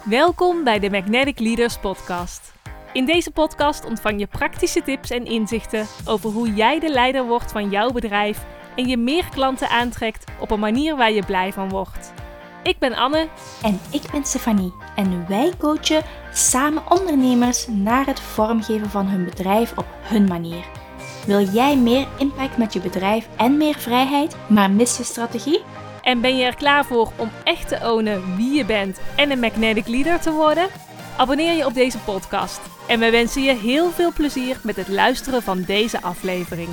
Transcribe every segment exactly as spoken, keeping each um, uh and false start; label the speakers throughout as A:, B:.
A: Welkom bij de Magnetic Leaders podcast. In deze podcast ontvang je praktische tips en inzichten over hoe jij de leider wordt van jouw bedrijf en je meer klanten aantrekt op een manier waar je blij van wordt. Ik ben Anne.
B: En ik ben Stefanie. En wij coachen samen ondernemers naar het vormgeven van hun bedrijf op hun manier. Wil jij meer impact met je bedrijf en meer vrijheid, maar mis je strategie?
A: En ben je er klaar voor om echt te ownen wie je bent en een Magnetic Leader te worden? Abonneer je op deze podcast. En wij wensen je heel veel plezier met het luisteren van deze aflevering.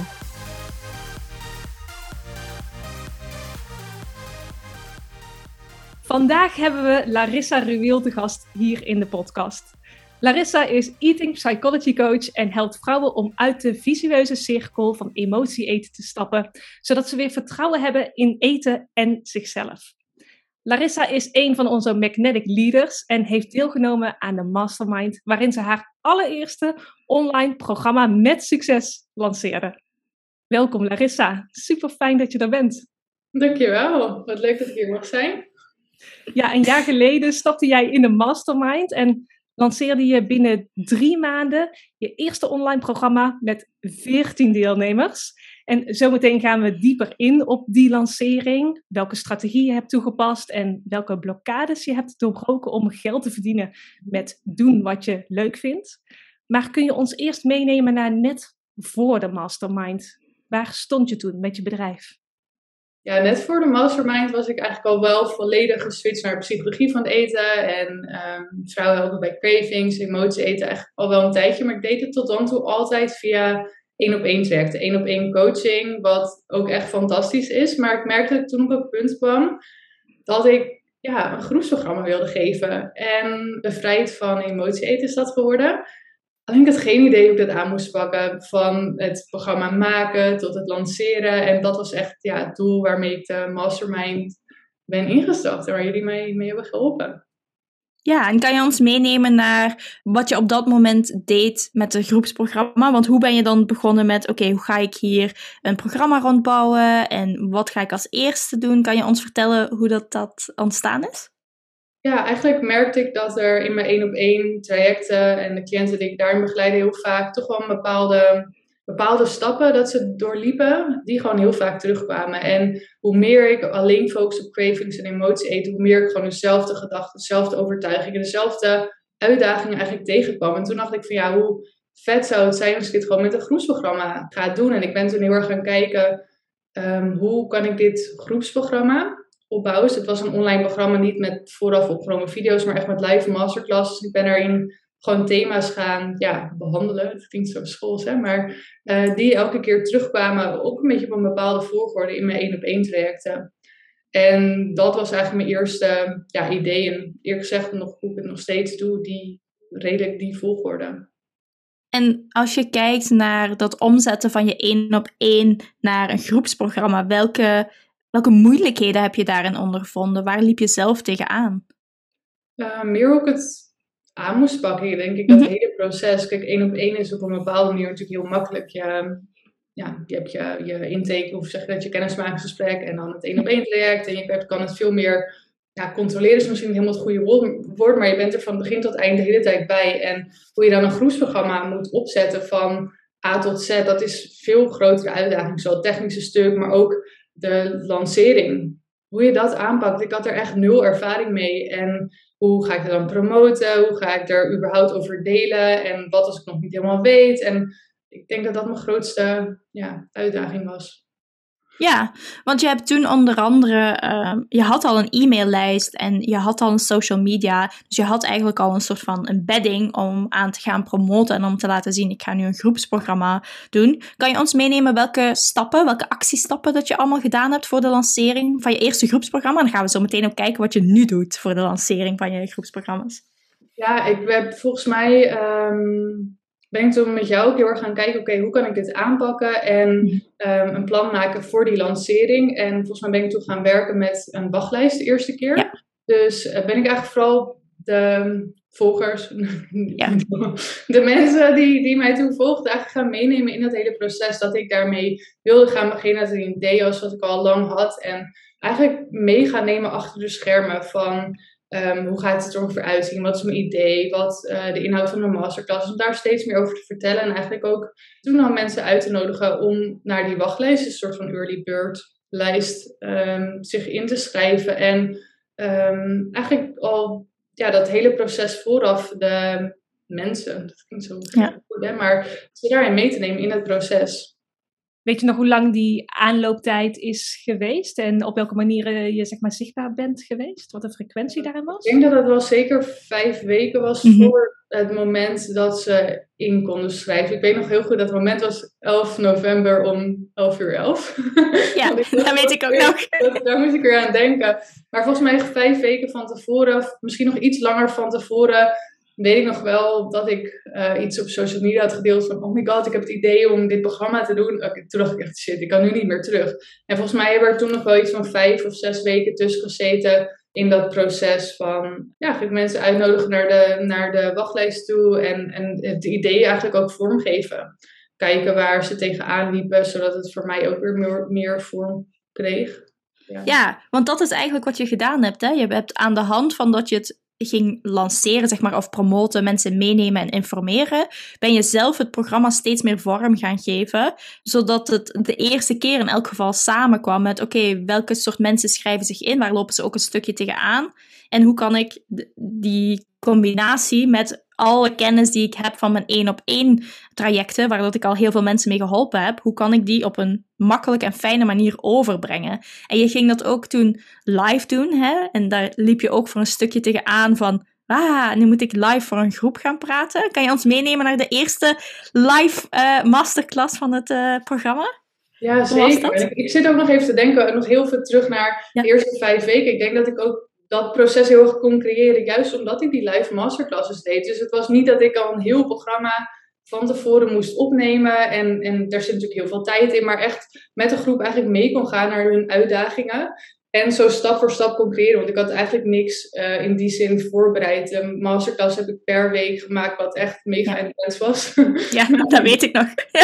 A: Vandaag hebben we Larissa Ruwiel te gast hier in de podcast. Larissa is eating psychology coach en helpt vrouwen om uit de visueuze cirkel van emotie eten te stappen, zodat ze weer vertrouwen hebben in eten en zichzelf. Larissa is een van onze Magnetic Leaders en heeft deelgenomen aan de Mastermind, waarin ze haar allereerste online programma met succes lanceerde. Welkom Larissa, super fijn dat je er bent.
C: Dankjewel, wat leuk dat ik hier mag zijn.
A: Ja, een jaar geleden stapte jij in de Mastermind en lanceerde je binnen drie maanden je eerste online programma met veertien deelnemers. En zometeen gaan we dieper in op die lancering, welke strategie je hebt toegepast en welke blokkades je hebt doorbroken om geld te verdienen met doen wat je leuk vindt. Maar kun je ons eerst meenemen naar net voor de Mastermind? Waar stond je toen met je bedrijf?
C: Ja, net voor de Mastermind was ik eigenlijk al wel volledig geswitcht naar psychologie van het eten. En um, vrouwen helpen bij cravings, emotie eten eigenlijk al wel een tijdje. Maar ik deed het tot dan toe altijd via één op één trajecten, één op één coaching. Wat ook echt fantastisch is. Maar ik merkte dat ik toen op het punt kwam dat ik ja, een groepsprogramma wilde geven. En bevrijd van emotie eten is dat geworden. Alleen ik had geen idee hoe ik dat aan moest pakken. Van het programma maken tot het lanceren. En dat was echt ja, het doel waarmee ik de Mastermind ben ingestapt. En waar jullie mij mee hebben geholpen.
B: Ja, en kan je ons meenemen naar wat je op dat moment deed met het groepsprogramma? Want hoe ben je dan begonnen met, oké, okay, hoe ga ik hier een programma rondbouwen? En wat ga ik als eerste doen? Kan je ons vertellen hoe dat, dat ontstaan is?
C: Ja, eigenlijk merkte ik dat er in mijn één op één trajecten en de cliënten die ik daarin begeleide heel vaak toch wel een bepaalde, bepaalde stappen dat ze doorliepen, die gewoon heel vaak terugkwamen. En hoe meer ik alleen focus op cravings en emotie eten, hoe meer ik gewoon dezelfde gedachten, dezelfde overtuigingen, dezelfde uitdagingen eigenlijk tegenkwam. En toen dacht ik van ja, hoe vet zou het zijn als ik dit gewoon met een groepsprogramma ga doen. En ik ben toen heel erg gaan kijken, um, hoe kan ik dit groepsprogramma opbouwen. Dus het was een online programma, niet met vooraf opgenomen video's, maar echt met live masterclasses. Ik ben daarin gewoon thema's gaan ja, behandelen. Dat klinkt zo schools, hè? Maar uh, die elke keer terugkwamen, ook een beetje op een bepaalde volgorde in mijn één op één trajecten. En dat was eigenlijk mijn eerste ja, idee. En eerlijk gezegd, nog, hoe ik het nog steeds doe, die, redelijk die volgorde.
B: En als je kijkt naar dat omzetten van je één op één naar een groepsprogramma, welke Welke moeilijkheden heb je daarin ondervonden? Waar liep je zelf tegenaan?
C: Uh, meer hoe ik het aan moest pakken, denk ik, dat mm-hmm. hele proces. Kijk, één op één is op een bepaalde manier natuurlijk heel makkelijk. Je, ja, je hebt je, je intake, of zeg je dat, je kennismakingsgesprek en dan het één op één traject. En je kan het veel meer ja, controleren, is misschien helemaal het goede woord, maar je bent er van begin tot eind de hele tijd bij. En hoe je dan een groepsprogramma moet opzetten van A tot Z, dat is veel grotere uitdaging. Zowel het technische stuk, maar ook de lancering. Hoe je dat aanpakt. Ik had er echt nul ervaring mee. En hoe ga ik het dan promoten? Hoe ga ik er überhaupt over delen? En wat als ik nog niet helemaal weet? En ik denk dat dat mijn grootste ja, uitdaging was.
B: Ja, want je hebt toen onder andere, uh, je had al een e-maillijst en je had al een social media. Dus je had eigenlijk al een soort van een bedding om aan te gaan promoten en om te laten zien, ik ga nu een groepsprogramma doen. Kan je ons meenemen welke stappen, welke actiestappen dat je allemaal gedaan hebt voor de lancering van je eerste groepsprogramma? Dan gaan we zo meteen ook kijken wat je nu doet voor de lancering van je groepsprogramma's.
C: Ja, ik heb volgens mij... Um... ben ik toen met jou ook heel erg gaan kijken, oké, okay, hoe kan ik dit aanpakken en um, een plan maken voor die lancering. En volgens mij ben ik toen gaan werken met een wachtlijst de eerste keer. Ja. Dus uh, ben ik eigenlijk vooral de volgers, ja. de mensen die, die mij toen volgden, eigenlijk gaan meenemen in dat hele proces. Dat ik daarmee wilde gaan beginnen, dat het een idee was wat ik al lang had. En eigenlijk mee gaan nemen achter de schermen van Um, hoe gaat het er ongeveer uitzien? Wat is mijn idee? Wat uh, de inhoud van de masterclass? Om daar steeds meer over te vertellen. En eigenlijk ook toen al mensen uit te nodigen om naar die wachtlijst, een soort van early bird lijst, um, zich in te schrijven. En um, eigenlijk al ja, dat hele proces vooraf de mensen, dat klinkt zo
B: ja.
C: goed, hè? Maar ze daarin mee te nemen in het proces.
A: Weet je nog hoe lang die aanlooptijd is geweest en op welke manieren je zeg maar zichtbaar bent geweest? Wat de frequentie daarin was?
C: Ik denk dat het wel zeker vijf weken was mm-hmm. voor het moment dat ze in konden schrijven. Ik weet nog heel goed, dat moment was elf november om elf uur elf.
B: Ja, dat weet ik ook
C: weer,
B: nog.
C: Dat, daar moest ik weer aan denken. Maar volgens mij vijf weken van tevoren, misschien nog iets langer van tevoren, weet ik nog wel dat ik uh, iets op social media had gedeeld van, oh my god, ik heb het idee om dit programma te doen. Okay, toen dacht ik echt, shit, ik kan nu niet meer terug. En volgens mij hebben er toen nog wel iets van vijf of zes weken tussen gezeten in dat proces van, ja, eigenlijk mensen uitnodigen naar de, naar de wachtlijst toe en, en het idee eigenlijk ook vormgeven. Kijken waar ze tegenaan liepen, zodat het voor mij ook weer meer, meer vorm kreeg.
B: Ja. ja, want dat is eigenlijk wat je gedaan hebt, hè? Je hebt aan de hand van dat je het ging lanceren, zeg maar, of promoten, mensen meenemen en informeren, ben je zelf het programma steeds meer vorm gaan geven, zodat het de eerste keer in elk geval samenkwam met, oké, okay, welke soort mensen schrijven zich in, waar lopen ze ook een stukje tegenaan, en hoe kan ik d- die combinatie met alle kennis die ik heb van mijn één op één trajecten, waar dat ik al heel veel mensen mee geholpen heb, hoe kan ik die op een makkelijke en fijne manier overbrengen? En je ging dat ook toen live doen, hè? En daar liep je ook voor een stukje tegenaan van, ah, nu moet ik live voor een groep gaan praten. Kan je ons meenemen naar de eerste live uh, masterclass van het uh, programma?
C: Ja, zeker. Ik, ik zit ook nog even te denken, nog heel veel terug naar ja. de eerste vijf weken. Ik denk dat ik ook dat proces heel erg kon creëren, juist omdat ik die live masterclasses deed. Dus het was niet dat ik al een heel programma van tevoren moest opnemen. En, en daar zit natuurlijk heel veel tijd in. Maar echt met de groep eigenlijk mee kon gaan naar hun uitdagingen. En zo stap voor stap kon creëren. Want ik had eigenlijk niks uh, in die zin voorbereid. Een masterclass heb ik per week gemaakt, wat echt mega ja. intens was.
B: Ja, dat weet ik nog.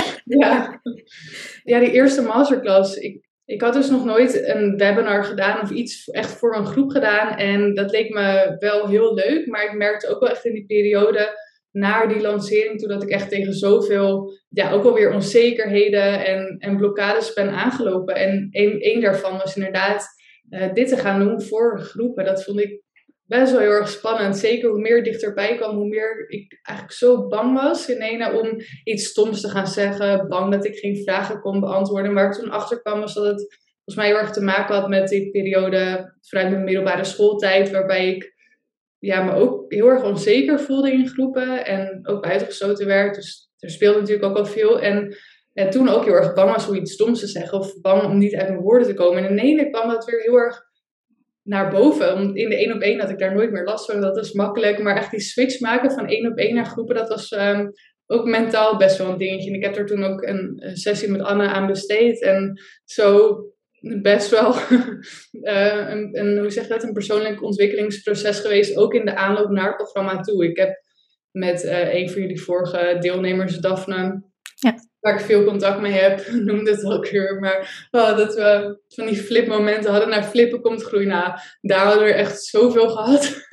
C: ja. ja, die eerste masterclass. Ik, Ik had dus nog nooit een webinar gedaan of iets echt voor een groep gedaan. En dat leek me wel heel leuk. Maar ik merkte ook wel echt in die periode na die lancering toe dat ik echt tegen zoveel, ja, ook alweer onzekerheden en, en blokkades ben aangelopen. En één, één daarvan was inderdaad uh, dit te gaan doen voor groepen. Dat vond ik best wel heel erg spannend. Zeker hoe meer dichterbij kwam, hoe meer ik eigenlijk zo bang was in ene om iets stoms te gaan zeggen. Bang dat ik geen vragen kon beantwoorden. Waar ik toen achter kwam was dat het volgens mij heel erg te maken had met die periode vanuit mijn middelbare schooltijd. Waarbij ik ja, me ook heel erg onzeker voelde in groepen. En ook buitengesloten werd. Dus er speelde natuurlijk ook al veel. En, en toen ook heel erg bang was om iets stoms te zeggen. Of bang om niet uit mijn woorden te komen. En ineens kwam dat weer heel erg naar boven. In de één op één had ik daar nooit meer last van. Dat was makkelijk. Maar echt die switch maken van één op één naar groepen, dat was um, ook mentaal best wel een dingetje. En ik heb er toen ook een, een sessie met Anne aan besteed. En zo best wel uh, een, een, hoe zeg je dat, een persoonlijk ontwikkelingsproces geweest. Ook in de aanloop naar het programma toe. Ik heb met uh, een van jullie vorige deelnemers, Daphne, ja, waar ik veel contact mee heb, noemde het al keer, maar oh, dat we van die flipmomenten hadden. Naar flippen komt groei. Nou, daar hadden we er echt zoveel gehad.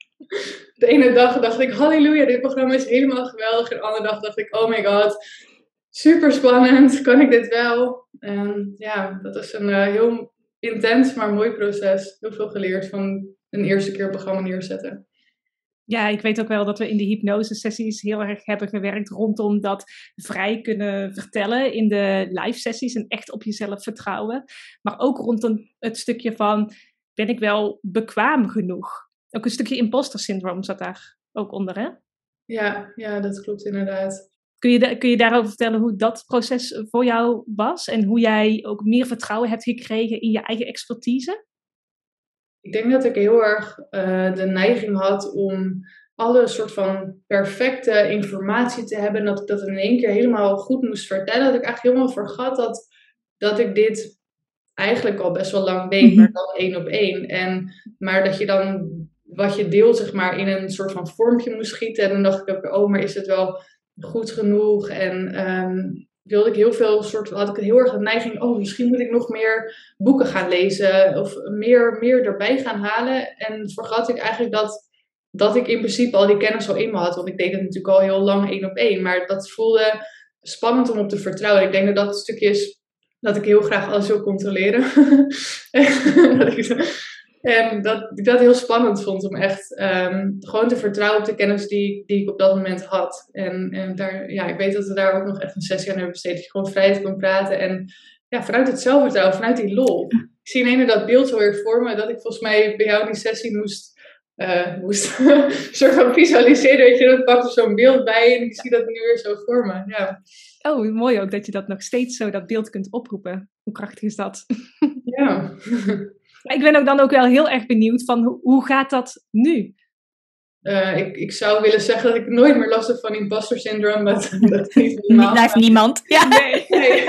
C: De ene dag dacht ik, halleluja, dit programma is helemaal geweldig. En de andere dag dacht ik, oh my god, super spannend, kan ik dit wel? En ja, dat is een uh, heel intens, maar mooi proces. Heel veel geleerd van een eerste keer een programma neerzetten.
A: Ja, ik weet ook wel dat we in de hypnose-sessies heel erg hebben gewerkt rondom dat vrij kunnen vertellen in de live-sessies en echt op jezelf vertrouwen. Maar ook rondom het stukje van, ben ik wel bekwaam genoeg? Ook een stukje imposter syndroom zat daar ook onder, hè?
C: Ja, ja, dat klopt inderdaad.
A: Kun je, de, kun je daarover vertellen hoe dat proces voor jou was? En hoe jij ook meer vertrouwen hebt gekregen in je eigen expertise?
C: Ik denk dat ik heel erg uh, de neiging had om alle soort van perfecte informatie te hebben. Dat ik dat in één keer helemaal goed moest vertellen. Dat ik eigenlijk helemaal vergat dat, dat ik dit eigenlijk al best wel lang deed. Maar dan één op één. En, maar dat je dan wat je deelt, zeg maar, in een soort van vormpje moest schieten. En dan dacht ik ook, oh, maar is het wel goed genoeg? En um, wilde ik heel veel soort, had ik heel erg de neiging, oh, misschien moet ik nog meer boeken gaan lezen of meer, meer erbij gaan halen. En vergat ik eigenlijk dat, dat ik in principe al die kennis al in me had, want ik deed het natuurlijk al heel lang één op één. Maar dat voelde spannend om op te vertrouwen. Ik denk dat dat een stukje is dat ik heel graag alles wil controleren. dat ik, en dat ik dat heel spannend vond om echt um, gewoon te vertrouwen op de kennis die, die ik op dat moment had. En, en daar, ja, ik weet dat we daar ook nog echt een sessie aan hebben besteed. Dat je gewoon vrijheid kon praten. En ja, vanuit het zelfvertrouwen, vanuit die lol. Ik zie ineens dat beeld zo weer voor me. Dat ik volgens mij bij jou in die sessie moest, uh, moest een soort van visualiseren. Weet je, dat pakt er zo'n beeld bij. En ik zie dat nu weer zo voor me. Ja.
A: Oh, mooi ook dat je dat nog steeds zo, dat beeld kunt oproepen. Hoe krachtig is dat?
C: Ja.
A: Ik ben ook dan ook wel heel erg benieuwd van hoe, hoe gaat dat nu?
C: Uh, ik, ik zou willen zeggen dat ik nooit meer last heb van imposter syndrome. Dat, dat niet
B: helemaal. Blijft niemand. Ja.
C: Nee, nee.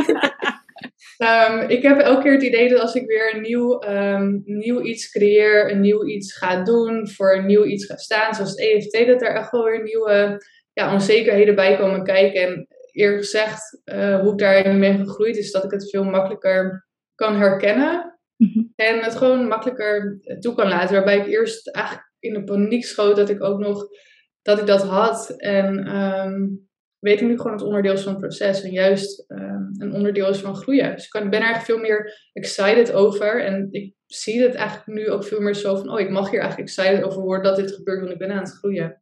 C: um, ik heb elke keer het idee dat als ik weer een nieuw, um, nieuw iets creëer, een nieuw iets ga doen, voor een nieuw iets ga staan, zoals het E F T, dat er echt wel weer nieuwe ja, onzekerheden bij komen kijken. En eerlijk gezegd, uh, hoe ik daarin ben gegroeid, is dat ik het veel makkelijker kan herkennen. Mm-hmm. En het gewoon makkelijker toe kan laten. Waarbij ik eerst eigenlijk in de paniek schoot dat ik ook nog dat ik dat had. En um, weet ik nu gewoon het onderdeel is van het proces. En juist um, een onderdeel is van groeien. Dus ik ben er eigenlijk veel meer excited over. En ik zie het eigenlijk nu ook veel meer zo van, oh, ik mag hier eigenlijk excited over worden dat dit gebeurt, want ik ben aan het groeien.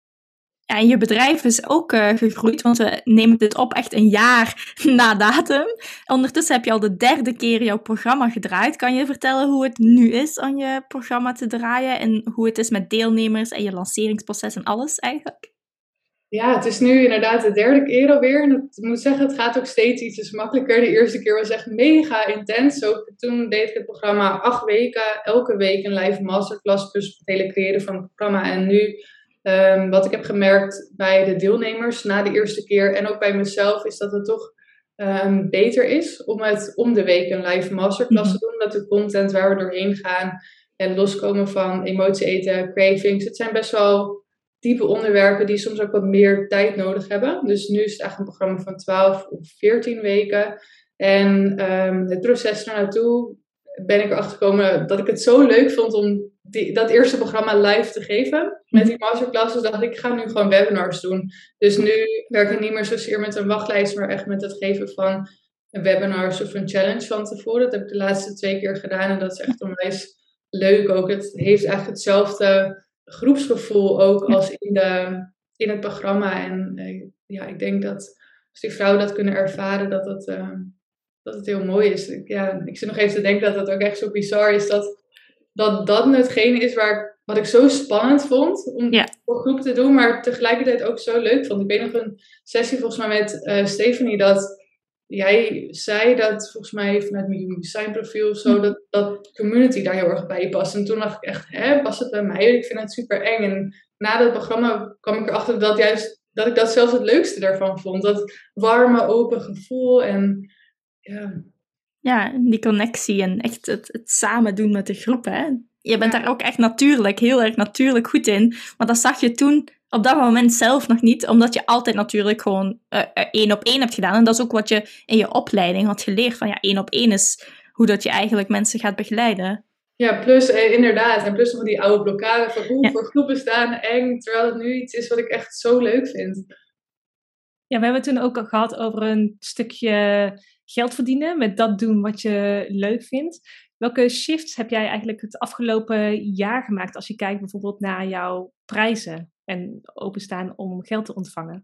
B: Ja, en je bedrijf is ook uh, gegroeid, want we nemen dit op echt een jaar na datum. Ondertussen heb je al de derde keer jouw programma gedraaid. Kan je vertellen hoe het nu is om je programma te draaien en hoe het is met deelnemers en je lanceringsproces en alles eigenlijk?
C: Ja, het is nu inderdaad de derde keer alweer. En ik moet zeggen, het gaat ook steeds iets makkelijker. De eerste keer was echt mega intens. Ook toen deed ik het programma acht weken, elke week een live masterclass, plus het hele creëren van het programma. En nu... Um, wat ik heb gemerkt bij de deelnemers na de eerste keer en ook bij mezelf is dat het toch um, beter is om het om de week een live masterclass te doen. Dat de content waar we doorheen gaan en loskomen van emotie eten, cravings. Het zijn best wel diepe onderwerpen die soms ook wat meer tijd nodig hebben. Dus nu is het echt een programma van twaalf of veertien weken. En um, het proces er naartoe ben ik erachter gekomen dat ik het zo leuk vond om die, dat eerste programma live te geven. Met die masterclasses dacht ik, ik ga nu gewoon webinars doen. Dus nu werk ik niet meer zozeer met een wachtlijst, maar echt met het geven van een webinars of een challenge van tevoren. Dat heb ik de laatste twee keer gedaan en dat is echt onwijs leuk ook. Het heeft eigenlijk hetzelfde groepsgevoel ook als in, de, in het programma. En uh, ja, ik denk dat als die vrouwen dat kunnen ervaren, dat het... Uh, dat het heel mooi is. Ik, ja, ik zit nog even te denken dat het ook echt zo bizar is dat dat, dat hetgene is waar, wat ik zo spannend vond om ja. voor groep te doen, maar tegelijkertijd ook zo leuk vond. Ik weet nog een sessie volgens mij met uh, Stephanie dat jij zei dat volgens mij vanuit mijn Human Design profiel of zo, dat, dat community daar heel erg bij past. En toen dacht ik echt, hè, past het bij mij? Ik vind het super eng. En na dat programma kwam ik erachter dat juist, dat ik dat zelfs het leukste daarvan vond. Dat warme, open gevoel en ja.
B: Ja, die connectie en echt het, het samen doen met de groep, hè. Je bent ja. daar ook echt natuurlijk, heel erg natuurlijk goed in. Maar dat zag je toen op dat moment zelf nog niet, omdat je altijd natuurlijk gewoon uh, één op één hebt gedaan. En dat is ook wat je in je opleiding had geleerd. Van ja, één op één is hoe dat je eigenlijk mensen gaat begeleiden.
C: Ja, plus eh, inderdaad. En plus nog die oude blokkade van hoe ja. voor groepen staan, eng. Terwijl het nu iets is wat ik echt zo leuk vind.
A: Ja, we hebben het toen ook al gehad over een stukje geld verdienen met dat doen wat je leuk vindt. Welke shifts heb jij eigenlijk het afgelopen jaar gemaakt als je kijkt bijvoorbeeld naar jouw prijzen en openstaan om geld te ontvangen?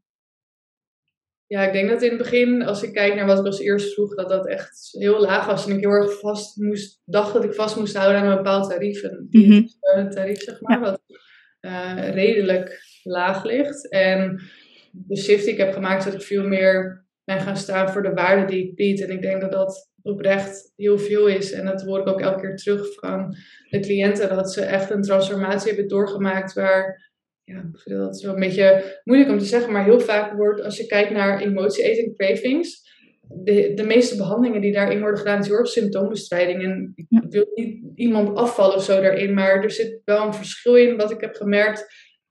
C: Ja, ik denk dat in het begin, als ik kijk naar wat ik als eerst vroeg, dat dat echt heel laag was. En ik heel erg vast moest, dacht dat ik vast moest houden aan een bepaald tarief. En mm-hmm. een tarief, zeg maar, ja. wat uh, redelijk laag ligt. En de shift die ik heb gemaakt, dat ik veel meer ben gaan staan voor de waarde die ik bied. En ik denk dat dat oprecht heel veel is. En dat hoor ik ook elke keer terug van de cliënten. Dat ze echt een transformatie hebben doorgemaakt waar, ja, ik vind dat zo een beetje moeilijk om te zeggen, maar heel vaak wordt, als je kijkt naar emotie eten cravings, de, de meeste behandelingen die daarin worden gedaan, is heel erg symptoombestrijding. En ik wil niet iemand afvallen of zo daarin, maar er zit wel een verschil in wat ik heb gemerkt.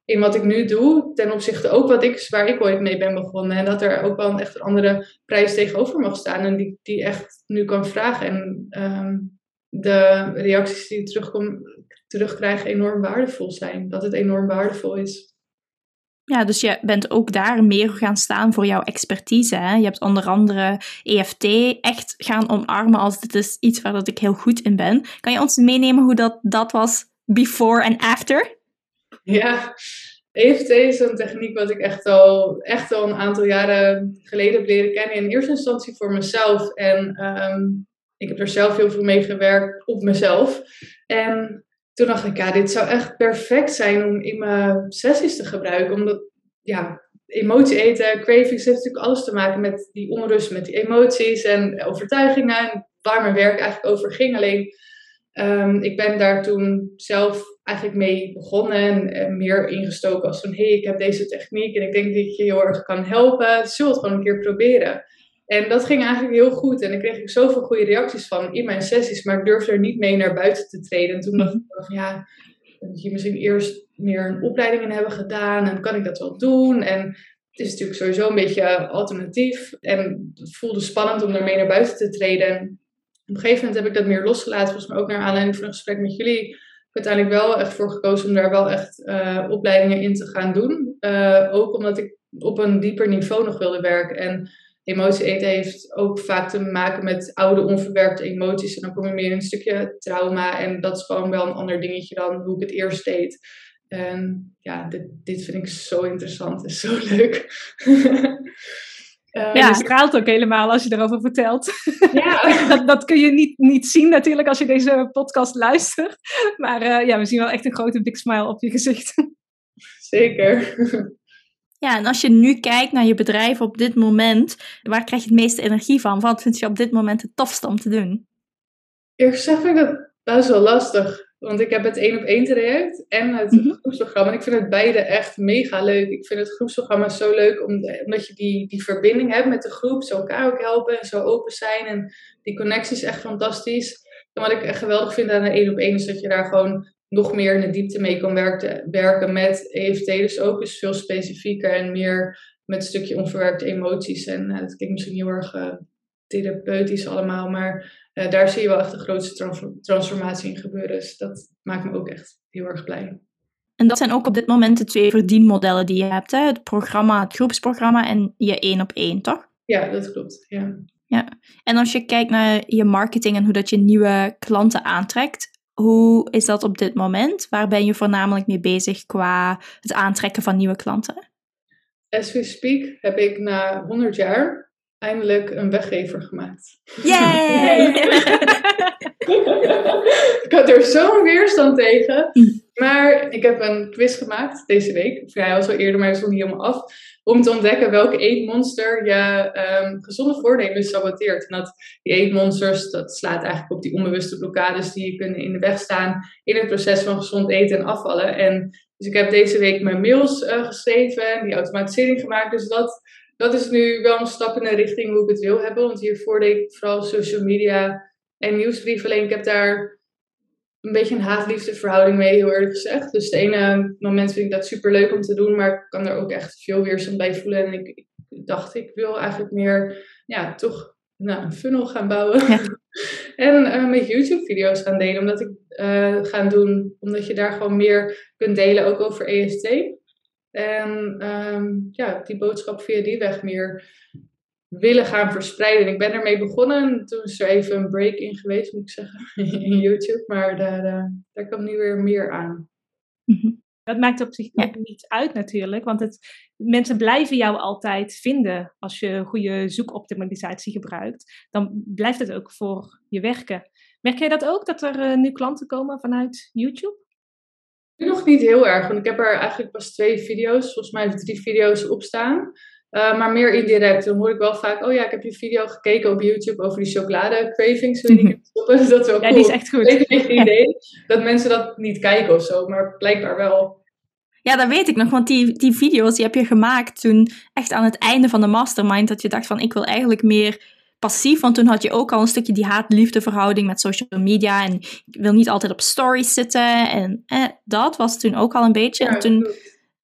C: in wat ik nu doe, ten opzichte ook wat ik, waar ik ooit mee ben begonnen. En dat er ook wel een echt een andere prijs tegenover mag staan. En die, die echt nu kan vragen. En um, de reacties die ik terugkom, terugkrijg enorm waardevol zijn. Dat het enorm waardevol is.
B: Ja, dus je bent ook daar meer gaan staan voor jouw expertise. Hè? Je hebt onder andere E F T echt gaan omarmen als dit is iets waar dat ik heel goed in ben. Kan je ons meenemen hoe dat, dat was before en after?
C: Ja, E F T is een techniek wat ik echt al, echt al een aantal jaren geleden heb leren kennen. In eerste instantie voor mezelf. En um, ik heb er zelf heel veel mee gewerkt op mezelf. En toen dacht ik, ja, dit zou echt perfect zijn om in mijn sessies te gebruiken. Omdat, ja, emotie eten, cravings heeft natuurlijk alles te maken met die onrust, met die emoties en overtuigingen. En waar mijn werk eigenlijk over ging. Alleen, um, ik ben daar toen zelf eigenlijk mee begonnen en, en meer ingestoken als van, hé, hey, ik heb deze techniek en ik denk dat ik je heel erg kan helpen. Zul het gewoon een keer proberen. En dat ging eigenlijk heel goed. En dan kreeg ik zoveel goede reacties van in mijn sessies. Maar ik durfde er niet mee naar buiten te treden. En toen dacht ik van ja, moet je misschien eerst meer een opleiding in hebben gedaan. En kan ik dat wel doen? En het is natuurlijk sowieso een beetje alternatief. En het voelde spannend om ermee naar buiten te treden. En op een gegeven moment heb ik dat meer losgelaten. Volgens mij ook naar aanleiding van een gesprek met jullie. Ik heb uiteindelijk wel echt voor gekozen om daar wel echt uh, opleidingen in te gaan doen. Uh, ook omdat ik op een dieper niveau nog wilde werken. En emotie eten heeft ook vaak te maken met oude onverwerkte emoties. En dan kom je meer in een stukje trauma. En dat is gewoon wel een ander dingetje dan hoe ik het eerst deed. En ja, dit, dit vind ik zo interessant en zo leuk.
A: Uh, ja, je straalt ook helemaal als je erover vertelt. Ja. dat, dat kun je niet, niet zien natuurlijk als je deze podcast luistert. Maar uh, ja, we zien wel echt een grote big smile op je gezicht.
C: Zeker.
B: Ja, en als je nu kijkt naar je bedrijf op dit moment, waar krijg je het meeste energie van? Wat vind je op dit moment het tofste om te doen?
C: Eerlijk gezegd vind ik dat best wel lastig. Want ik heb het één op één traject en het mm-hmm. groepsprogramma. En ik vind het beide echt mega leuk. Ik vind het groepsprogramma zo leuk omdat je die, die verbinding hebt met de groep. Ze elkaar ook helpen en zo open zijn. En die connectie is echt fantastisch. En wat ik echt geweldig vind aan een één op één is dat je daar gewoon nog meer in de diepte mee kan werken, werken met E F T. Dus ook is veel specifieker en meer met een stukje onverwerkte emoties. En uh, dat klinkt misschien heel erg uh, therapeutisch allemaal, maar uh, daar zie je wel echt de grootste trans- transformatie in gebeuren. Dus dat maakt me ook echt heel erg blij.
B: En dat zijn ook op dit moment de twee verdienmodellen die je hebt, hè? Het programma, het groepsprogramma en je één op één, toch?
C: Ja, dat klopt, ja.
B: Ja. En als je kijkt naar je marketing en hoe dat je nieuwe klanten aantrekt, hoe is dat op dit moment? Waar ben je voornamelijk mee bezig qua het aantrekken van nieuwe klanten?
C: As we speak heb ik na honderd jaar eindelijk een weggever gemaakt.
B: Yay!
C: Ik had er zo'n weerstand tegen. Maar ik heb een quiz gemaakt deze week. Ja, hij was al eerder, maar hij stond niet helemaal af. Om te ontdekken welke eetmonster je um, gezonde voornemens saboteert. En dat die eetmonsters, dat slaat eigenlijk op die onbewuste blokkades die je kunnen in de weg staan in het proces van gezond eten en afvallen. En dus ik heb deze week mijn mails uh, geschreven en die automatisering gemaakt. Dus dat, dat is nu wel een stap in de richting hoe ik het wil hebben. Want hiervoor deed ik vooral social media en nieuwsbrief. Alleen ik heb daar een beetje een haat-liefde verhouding mee, heel eerlijk gezegd. Dus het ene moment vind ik dat super leuk om te doen, maar ik kan er ook echt veel weerstand bij voelen. En ik, ik dacht, ik wil eigenlijk meer, ja, toch nou, een funnel gaan bouwen. Ja. en uh, met YouTube-video's gaan delen, omdat ik uh, gaan doen, omdat je daar gewoon meer kunt delen, ook over E F T. En um, ja, die boodschap via die weg meer willen gaan verspreiden. Ik ben ermee begonnen. Toen is er even een break in geweest, moet ik zeggen, in YouTube. Maar daar, uh, daar komt nu weer meer aan.
A: Mm-hmm. Dat maakt op zich ja. niet uit natuurlijk. Want het, mensen blijven jou altijd vinden als je goede zoekoptimalisatie gebruikt. Dan blijft het ook voor je werken. Merk jij dat ook, dat er uh, nu klanten komen vanuit YouTube?
C: Nu nog niet heel erg, want ik heb er eigenlijk pas twee video's, volgens mij drie video's op staan. Uh, maar meer indirect. Dan hoor ik wel vaak, oh ja, ik heb je video gekeken op YouTube over die chocolade cravings. Wil je die stoppen? Dus dat is wel
A: ja,
C: cool.
A: Die is echt goed.
C: Ik weet niet het idee dat mensen dat niet kijken of zo, maar blijkbaar wel.
B: Ja, dat weet ik nog, want die, die video's die heb je gemaakt toen echt aan het einde van de mastermind, dat je dacht van, ik wil eigenlijk meer passief, want toen had je ook al een stukje die haat-liefde verhouding met social media en ik wil niet altijd op stories zitten en eh, dat was toen ook al een beetje.
C: Ja,
B: en toen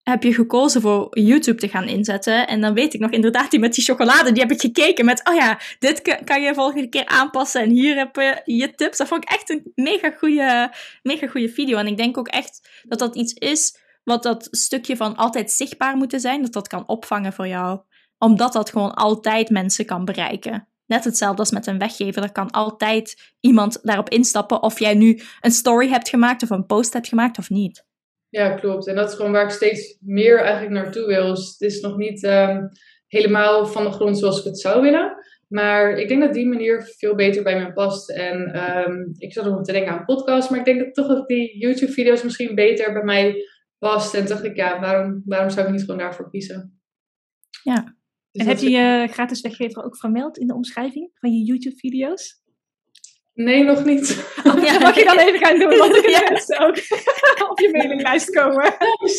B: heb je gekozen voor YouTube te gaan inzetten. En dan weet ik nog inderdaad, die met die chocolade, die heb ik gekeken met, oh ja, dit kan je volgende keer aanpassen en hier heb je je tips. Dat vond ik echt een mega goede, mega goede video. En ik denk ook echt dat dat iets is wat dat stukje van altijd zichtbaar moeten zijn, dat dat kan opvangen voor jou. Omdat dat gewoon altijd mensen kan bereiken. Net hetzelfde als met een weggever. Er kan altijd iemand daarop instappen of jij nu een story hebt gemaakt of een post hebt gemaakt of niet.
C: Ja, klopt. En dat is gewoon waar ik steeds meer eigenlijk naartoe wil. Dus het is nog niet um, helemaal van de grond zoals ik het zou willen. Maar ik denk dat die manier veel beter bij me past. En um, ik zat nog te denken aan podcasts. Maar ik denk dat toch dat die YouTube-video's misschien beter bij mij past. En dacht ik, ja, waarom, waarom zou ik niet gewoon daarvoor kiezen?
B: Ja.
A: Dus en heb je je gratis weggever ook vermeld in de omschrijving van je YouTube-video's?
C: Nee, nog niet.
A: Oh, ja, mag je dan even gaan doen, want dan kunnen mensen ook op je mailinglijst komen.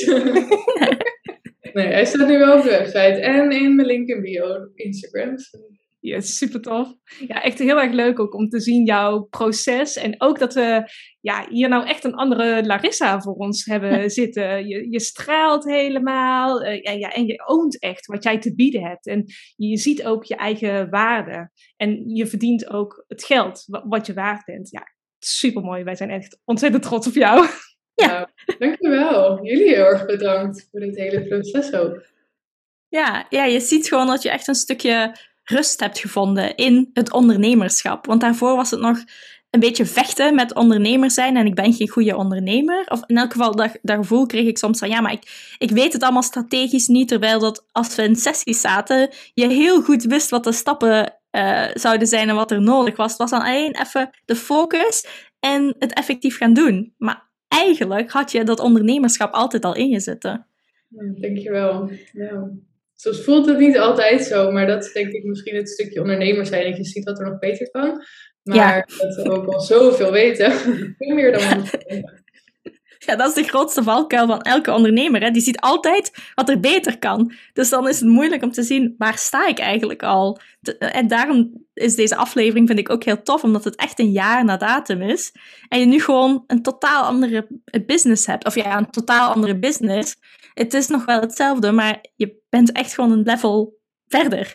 C: Nee, hij staat nu wel op de website en in mijn link in bio op Instagram.
A: Ja, super tof. Ja, echt heel erg leuk ook om te zien jouw proces. En ook dat we ja, hier nou echt een andere Larissa voor ons hebben ja. zitten. Je, je straalt helemaal. Uh, ja, ja, en je oont echt wat jij te bieden hebt. En je ziet ook je eigen waarde. En je verdient ook het geld wat je waard bent. Ja, super mooi. Wij zijn echt ontzettend trots op jou.
C: Ja, nou, dankjewel. Jullie heel erg bedankt voor dit hele proces ook.
B: Ja, ja, je ziet gewoon dat je echt een stukje rust hebt gevonden in het ondernemerschap. Want daarvoor was het nog een beetje vechten met ondernemer zijn en ik ben geen goede ondernemer. Of in elk geval, dat, dat gevoel kreeg ik soms van, ja, maar ik, ik weet het allemaal strategisch niet, terwijl dat als we in sessies zaten, je heel goed wist wat de stappen uh, zouden zijn en wat er nodig was. Het was dan alleen even de focus en het effectief gaan doen. Maar eigenlijk had je dat ondernemerschap altijd al in je zitten.
C: Ja, dankjewel. Ja. Soms voelt het niet altijd zo, maar dat is denk ik misschien het stukje ondernemer zijn. Dat je ziet wat er nog beter kan. Maar ja. Dat we ook al zoveel weten. Veel meer dan we
B: Ja, dat is de grootste valkuil van elke ondernemer. Hè. Die ziet altijd wat er beter kan. Dus dan is het moeilijk om te zien, waar sta ik eigenlijk al? En daarom is deze aflevering, vind ik, ook heel tof. Omdat het echt een jaar na datum is. En je nu gewoon een totaal andere business hebt. Of ja, een totaal andere business. Het is nog wel hetzelfde, maar je bent echt gewoon een level verder.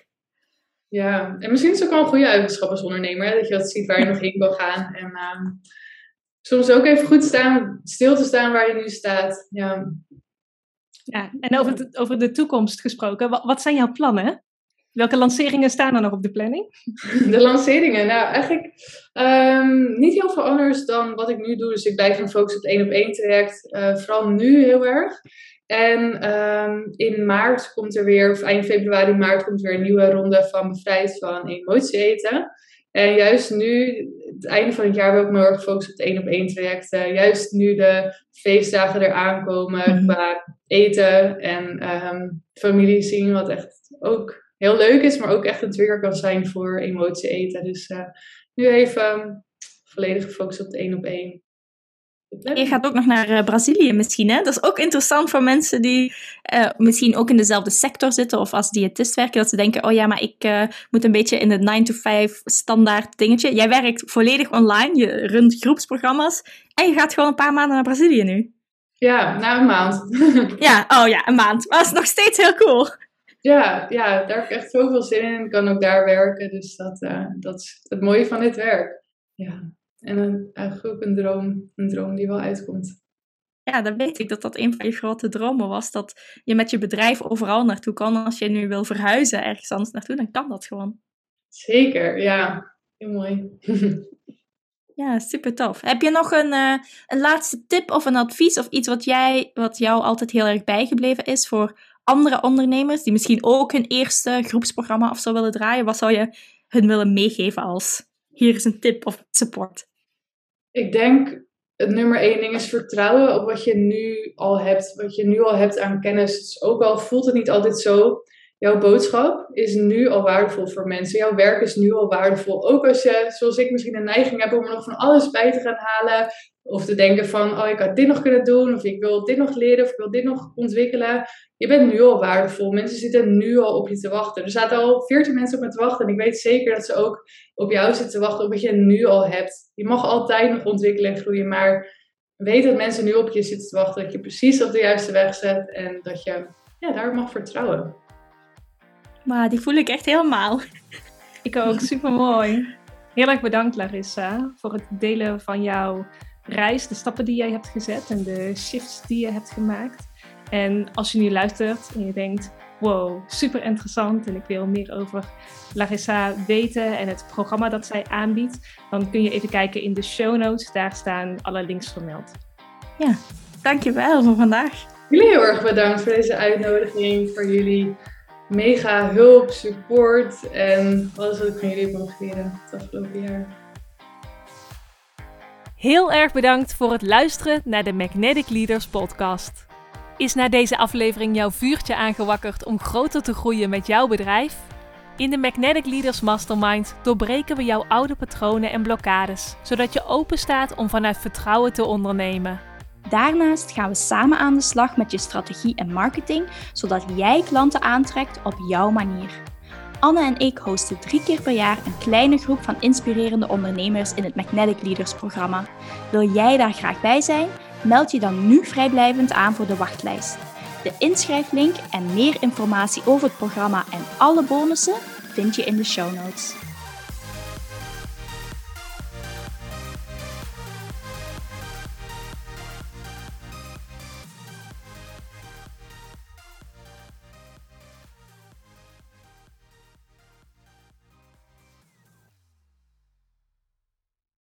C: Ja, en misschien is het ook wel een goede eigenschap als ondernemer. Hè? Dat je wat ziet waar je nog heen wil gaan. En uh, soms ook even goed staan, stil te staan waar je nu staat. Ja,
A: ja en over de, over de toekomst gesproken. Wat, wat zijn jouw plannen? Welke lanceringen staan er nog op de planning?
C: De lanceringen? Nou, eigenlijk um, niet heel veel anders dan wat ik nu doe. Dus ik blijf me focussen op het één op één traject. Uh, vooral nu heel erg. En um, in maart komt er weer, of eind februari, maart, komt er weer een nieuwe ronde van Bevrijd van Emotie Eten. En juist nu, het einde van het jaar, wil ik me heel erg focussen op het één op één traject. Uh, juist nu de feestdagen eraan komen mm. qua eten en um, familie zien, wat echt ook heel leuk is, maar ook echt een trigger kan zijn voor emotie eten. Dus uh, nu even um, volledig gefocust op het één op één.
B: Je gaat ook nog naar uh, Brazilië misschien, hè? Dat is ook interessant voor mensen die uh, misschien ook in dezelfde sector zitten of als diëtist werken, dat ze denken, oh ja, maar ik uh, moet een beetje in het nine to five standaard dingetje. Jij werkt volledig online, je runt groepsprogramma's en je gaat gewoon een paar maanden naar Brazilië nu.
C: Ja, na een maand.
B: Ja, oh ja, een maand. Maar dat is nog steeds heel cool.
C: Ja, ja, daar heb ik echt zoveel zin in. Ik kan ook daar werken, dus dat, uh, dat is het mooie van dit werk. Ja. En een, eigenlijk ook een droom, een droom die wel uitkomt.
B: Ja, dan weet ik dat dat een van je grote dromen was. Dat je met je bedrijf overal naartoe kan. Als je nu wil verhuizen ergens anders naartoe, dan kan dat gewoon.
C: Zeker, ja. Heel mooi.
B: Ja, super tof. Heb je nog een, uh, een laatste tip of een advies of iets wat, jij, wat jou altijd heel erg bijgebleven is voor andere ondernemers die misschien ook hun eerste groepsprogramma of zo willen draaien? Wat zou je hun willen meegeven als hier is een tip of support?
C: Ik denk het nummer één ding is vertrouwen op wat je nu al hebt. Wat je nu al hebt aan kennis. Dus ook al voelt het niet altijd zo. Jouw boodschap is nu al waardevol voor mensen. Jouw werk is nu al waardevol. Ook als je, zoals ik, misschien een neiging hebt om er nog van alles bij te gaan halen. Of te denken van, oh, ik had dit nog kunnen doen. Of ik wil dit nog leren. Of ik wil dit nog ontwikkelen. Je bent nu al waardevol. Mensen zitten nu al op je te wachten. Er zaten al veertien mensen op me te wachten. En ik weet zeker dat ze ook op jou zitten te wachten op wat je nu al hebt. Je mag altijd nog ontwikkelen en groeien. Maar weet dat mensen nu op je zitten te wachten, dat je precies op de juiste weg zet en dat je ja, daar mag vertrouwen.
B: Maar die voel ik echt helemaal.
A: Ik ook, super mooi. Heel erg bedankt Larissa voor het delen van jouw reis, de stappen die jij hebt gezet en de shifts die je hebt gemaakt. En als je nu luistert en je denkt, wow, super interessant en ik wil meer over Larissa weten en het programma dat zij aanbiedt, dan kun je even kijken in de show notes, daar staan alle links vermeld.
B: Ja, dankjewel voor vandaag.
C: Jullie heel erg bedankt voor deze uitnodiging, voor jullie mega hulp, support en alles wat ik van jullie heb mogen leren het afgelopen jaar.
A: Heel erg bedankt voor het luisteren naar de Magnetic Leaders podcast. Is na deze aflevering jouw vuurtje aangewakkerd om groter te groeien met jouw bedrijf? In de Magnetic Leaders Mastermind doorbreken we jouw oude patronen en blokkades, zodat je open staat om vanuit vertrouwen te ondernemen.
B: Daarnaast gaan we samen aan de slag met je strategie en marketing, zodat jij klanten aantrekt op jouw manier. Anne en ik hosten drie keer per jaar een kleine groep van inspirerende ondernemers in het Magnetic Leaders programma. Wil jij daar graag bij zijn? Meld je dan nu vrijblijvend aan voor de wachtlijst. De inschrijflink en meer informatie over het programma en alle bonussen vind je in de show notes.